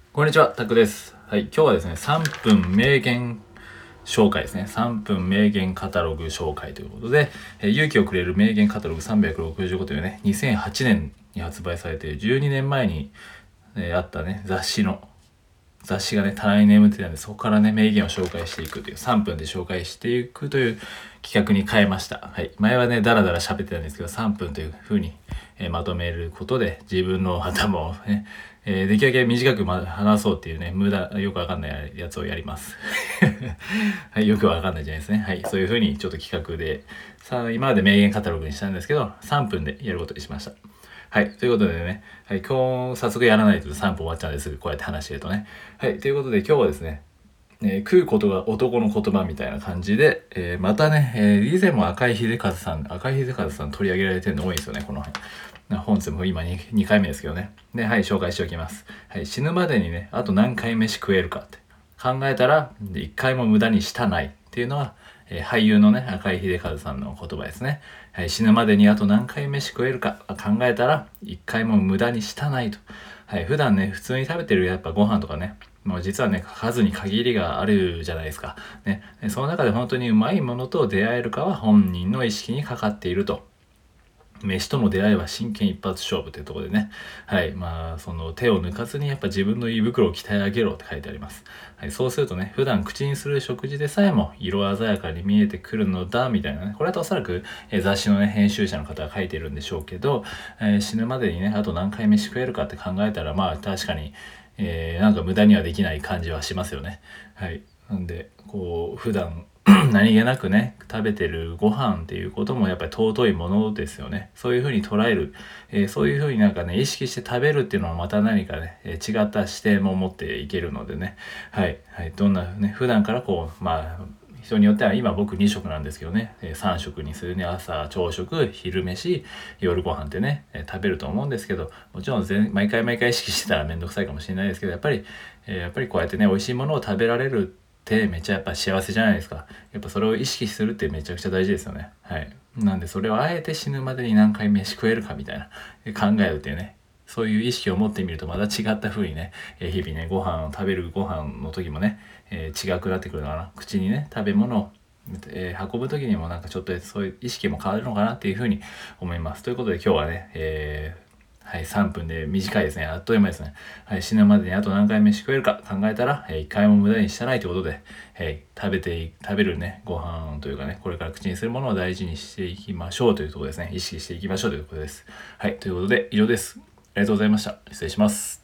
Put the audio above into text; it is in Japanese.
こんにちは、タクです。はい、今日はですね、3分名言紹介ですね。3分名言カタログ紹介ということで、勇気をくれる名言カタログ365というね、2008年に発売されて12年前に、あったね、雑誌がね、棚に眠ってたんで、そこからね、名言を紹介していくという、3分で紹介していくという企画に変えました。はい。前はね、だらだら喋ってたんですけど、3分という風に、まとめることで、自分の頭をね、できるだけ短く話そうっていうね、無駄、よくわかんないやつをやります。はい、よくわかんないじゃないですね。はい、そういう風にちょっと企画で、さあ、今まで名言カタログにしたんですけど、3分でやることにしました。はい。ということでね、はい、今日早速やらないと3分終わっちゃうんですぐこうやって話してるとね。はい。ということで今日はですね、食うことが男の言葉みたいな感じで、またね、以前も赤井秀和さん取り上げられてるの多いですよね、この辺。本日も今 2回目ですけどね。で、はい、紹介しておきます。はい、死ぬまでにね、あと何回飯食えるかって考えたら、1回も無駄にしたないっていうのは、俳優のね、赤井秀和さんの言葉ですね。はい、死ぬまでにあと何回飯食えるか考えたら、1回も無駄にしたないと。はい、普段ね、普通に食べてるやっぱご飯とかね、もう実はね、数に限りがあるじゃないですか。ね、その中で本当にうまいものと出会えるかは本人の意識にかかっていると。飯との出会いは真剣一発勝負というところでね。はい。まあ、その手を抜かずにやっぱ自分の胃袋を鍛え上げろって書いてあります。はい。そうするとね、普段口にする食事でさえも色鮮やかに見えてくるのだ、みたいなね。これはおそらく、雑誌のね、編集者の方が書いてるんでしょうけど、死ぬまでにね、あと何回飯食えるかって考えたら、まあ確かに、なんか無駄にはできない感じはしますよね。はい。なんで、こう、普段何気なくね、食べてるご飯っていうこともやっぱり尊いものですよね。そういうふうに捉える、そういうふうになんかね、意識して食べるっていうのはまた何かね、違った視点も持っていけるのでね。はい。はい。どんなね、普段からこう、まあ、人によっては今僕2食なんですけどね、3食にするね、朝、朝食、昼飯、夜ご飯ってね、食べると思うんですけど、もちろん毎回毎回意識してたらめんどくさいかもしれないですけど、やっぱりこうやってね、美味しいものを食べられるってめっちゃやっぱ幸せじゃないですか。やっぱそれを意識するってめちゃくちゃ大事ですよね。はい。なんでそれをあえて死ぬまでに何回飯食えるかみたいな考えるっていうね、そういう意識を持ってみるとまた違った風にね、日々ね、食べるご飯の時もね、違くなってくるのかな。口にね、食べ物を運ぶ時にもなんかちょっとそういう意識も変わるのかなっていうふうに思います。ということで今日はね、はい、3分で短いですね。あっという間ですね。はい、死ぬまでにあと何回飯食えるか考えたら、一回も無駄にしてないということで、食べるね、ご飯というかね、これから口にするものを大事にしていきましょうというところですね。意識していきましょうということです。はい、ということで以上です。ありがとうございました。失礼します。